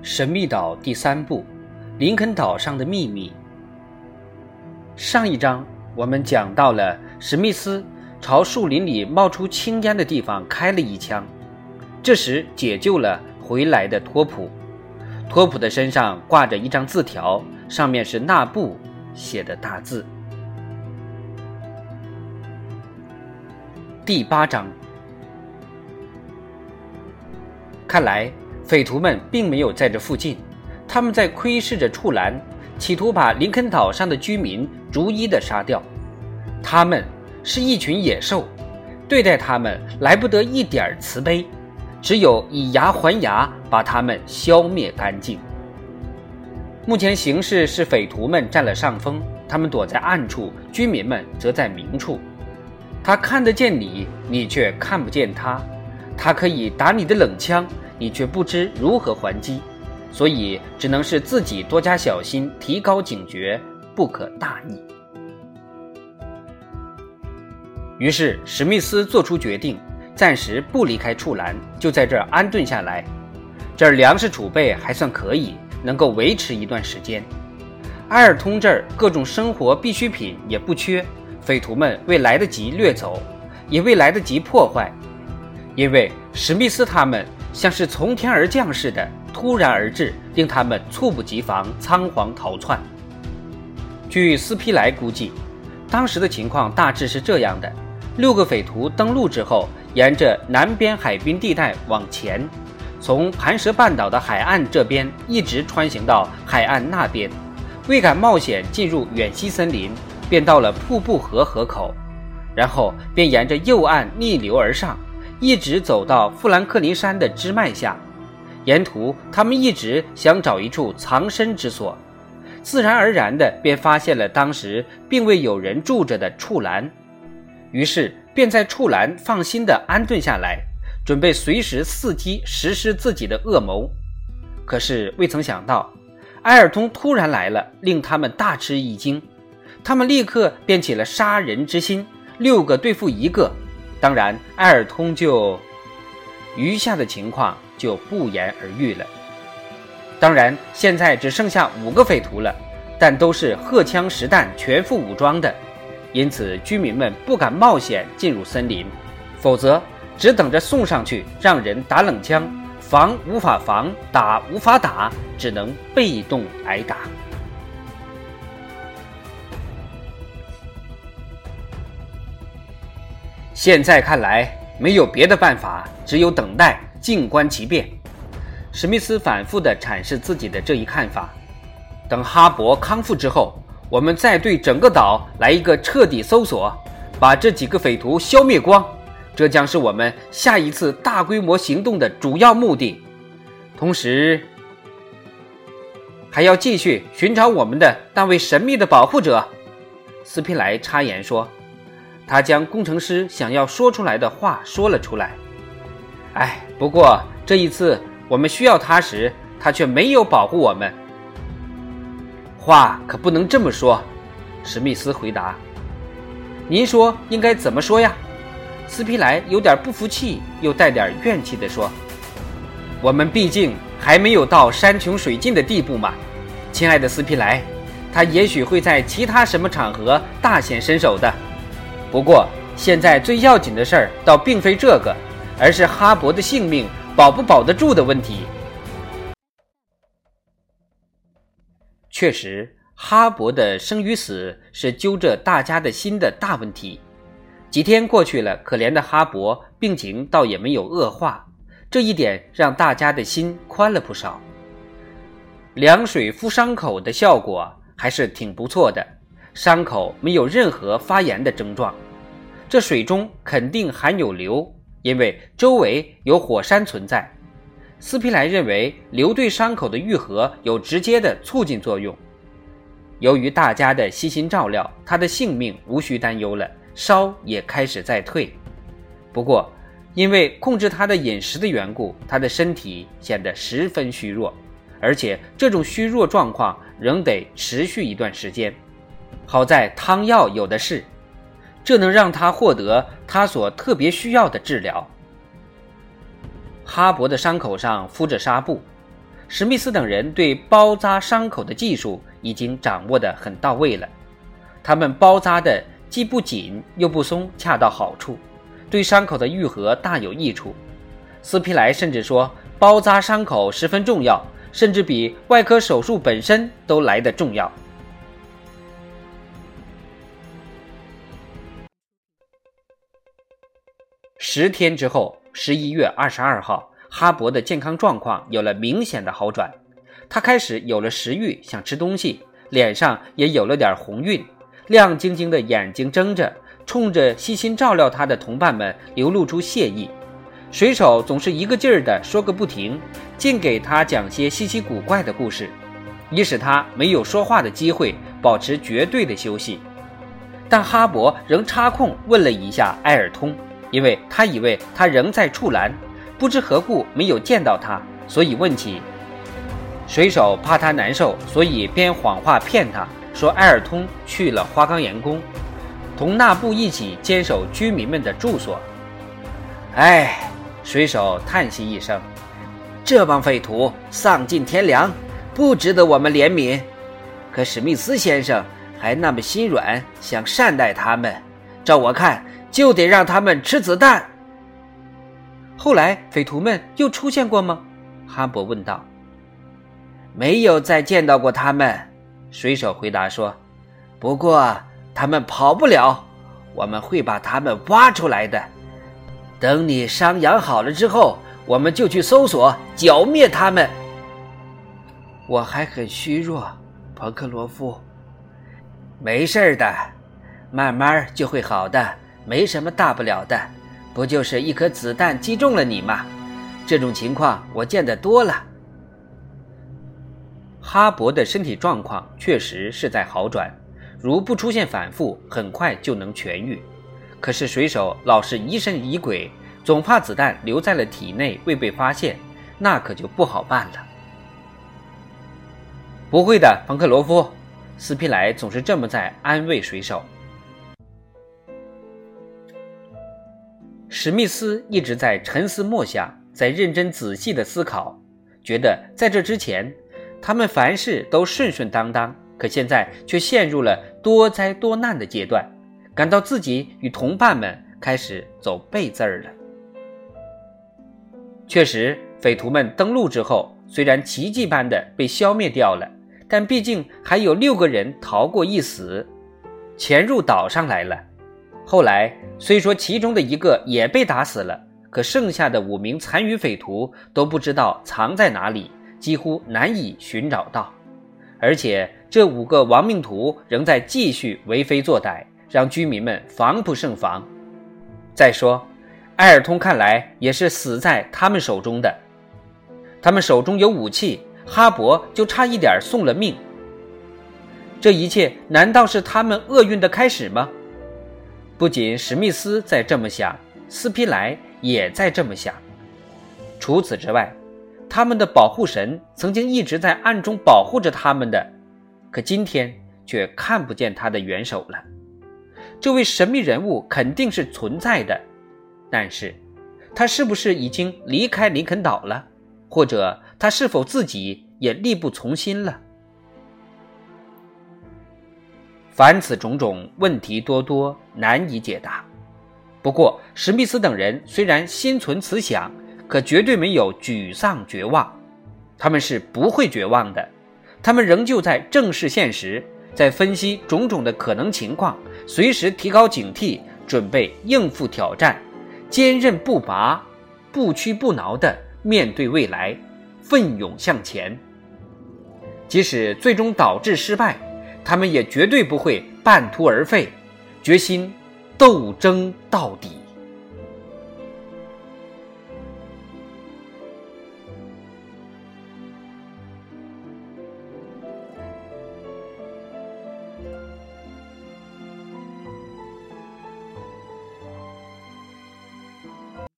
神秘岛第3部，林肯岛上的秘密。上一章我们讲到了史密斯朝树林里冒出青烟的地方开了一枪，这时解救了回来的托普。托普的身上挂着一张字条，上面是纳布写的大字。第8章，看来匪徒们并没有在这附近，他们在窥视着触栏，企图把林肯岛上的居民逐一的杀掉。他们是一群野兽，对待他们来不得一点慈悲，只有以牙还牙，把他们消灭干净。目前形势是匪徒们占了上风，他们躲在暗处，居民们则在明处。他看得见你，你却看不见他；他可以打你的冷枪，你却不知如何还击，所以只能是自己多加小心，提高警觉，不可大意。于是史密斯做出决定，暂时不离开触栏，就在这儿安顿下来。这儿粮食储备还算可以，能够维持一段时间。埃尔通这儿各种生活必需品也不缺，匪徒们未来得及掠走，也未来得及破坏，因为史密斯他们像是从天而降似的突然而至，令他们猝不及防，仓皇逃窜。据斯皮莱估计，当时的情况大致是这样的：6个匪徒登陆之后，沿着南边海滨地带往前，从盘蛇半岛的海岸这边一直穿行到海岸那边，未敢冒险进入远西森林，便到了瀑布河河口，然后便沿着右岸逆流而上，一直走到富兰克林山的支脉下。沿途他们一直想找一处藏身之所，自然而然地便发现了当时并未有人住着的触栏，于是便在触栏放心地安顿下来，准备随时伺机实施自己的恶谋。可是未曾想到埃尔通突然来了，令他们大吃一惊。他们立刻便起了杀人之心，6个对付1个，当然埃尔通余下的情况就不言而喻了。当然现在只剩下5个匪徒了，但都是荷枪实弹，全副武装的，因此居民们不敢冒险进入森林，否则只等着送上去让人打冷枪，防无法防，打无法打，只能被动挨打。现在看来没有别的办法，只有等待，静观其变。史密斯反复地阐释自己的这一看法。等哈勃康复之后，我们再对整个岛来一个彻底搜索，把这几个匪徒消灭光，这将是我们下一次大规模行动的主要目的。同时还要继续寻找我们的那位神秘的保护者。斯皮莱插言说，他将工程师想要说出来的话说了出来。不过这一次我们需要他时，他却没有保护我们。话可不能这么说，史密斯回答。您说应该怎么说呀？斯皮莱有点不服气，又带点怨气地说，我们毕竟还没有到山穷水尽的地步嘛，亲爱的斯皮莱，他也许会在其他什么场合大显身手的。不过现在最要紧的事儿倒并非这个，而是哈勃的性命保不保得住的问题。确实，哈勃的生与死是揪着大家的心的大问题。几天过去了，可怜的哈勃病情倒也没有恶化，这一点让大家的心宽了不少。凉水敷伤口的效果还是挺不错的，伤口没有任何发炎的症状。这水中肯定含有硫，因为周围有火山存在。斯皮莱认为硫对伤口的愈合有直接的促进作用。由于大家的悉心照料，他的性命无需担忧了，烧也开始在退。不过因为控制他的饮食的缘故，他的身体显得十分虚弱，而且这种虚弱状况仍得持续一段时间。好在汤药有的是，这能让他获得他所特别需要的治疗。哈勃的伤口上敷着纱布， 史密斯等人对包扎伤口的技术已经掌握得很到位了。他们包扎的既不紧又不松，恰到好处，对伤口的愈合大有益处。斯皮莱甚至说，包扎伤口十分重要，甚至比外科手术本身都来得重要。10天之后，11月22号，哈勃的健康状况有了明显的好转，他开始有了食欲，想吃东西，脸上也有了点红晕，亮晶晶的眼睛睁着，冲着悉心照料他的同伴们流露出谢意。水手总是一个劲儿地说个不停，尽给他讲些稀奇古怪的故事，以使他没有说话的机会，保持绝对的休息。但哈勃仍插空问了一下埃尔通，因为他以为他仍在处栏，不知何故没有见到他，所以问起。水手怕他难受，所以编谎话骗他，说埃尔通去了花岗岩宫，同纳布一起坚守居民们的住所。唉，水手叹息一声，这帮匪徒丧尽天良，不值得我们怜悯。可史密斯先生还那么心软，想善待他们，照我看就得让他们吃子弹。后来匪徒们又出现过吗？哈勃问道。没有再见到过他们，水手回答说，不过他们跑不了，我们会把他们挖出来的。等你伤养好了之后，我们就去搜索，剿灭他们。我还很虚弱，彭克罗夫。没事的，慢慢就会好的，没什么大不了的，不就是一颗子弹击中了你吗？这种情况我见得多了。哈勃的身体状况确实是在好转，如不出现反复，很快就能痊愈。可是水手老是疑神疑鬼，总怕子弹留在了体内未被发现，那可就不好办了。不会的，彭克罗夫，斯皮莱总是这么在安慰水手。史密斯一直在沉思默想，在认真仔细的思考，觉得在这之前他们凡事都顺顺当当，可现在却陷入了多灾多难的阶段，感到自己与同伴们开始走背字儿了。确实，匪徒们登陆之后，虽然奇迹般的被消灭掉了，但毕竟还有6个人逃过一死，潜入岛上来了。后来虽说其中的1个也被打死了，可剩下的5名残余匪徒都不知道藏在哪里，几乎难以寻找到。而且这5个亡命徒仍在继续为非作歹，让居民们防不胜防。再说埃尔通看来也是死在他们手中的，他们手中有武器，哈勃就差一点送了命。这一切难道是他们厄运的开始吗？不仅史密斯在这么想，斯皮莱也在这么想。除此之外，他们的保护神曾经一直在暗中保护着他们的，可今天却看不见他的援手了。这位神秘人物肯定是存在的，但是他是不是已经离开林肯岛了？或者他是否自己也力不从心了？凡此种种，问题多多，难以解答。不过史密斯等人虽然心存此想，可绝对没有沮丧绝望，他们是不会绝望的，他们仍旧在正视现实，在分析种种的可能情况，随时提高警惕，准备应付挑战，坚韧不拔，不屈不挠地面对未来，奋勇向前。即使最终导致失败，他们也绝对不会半途而废，决心斗争到底。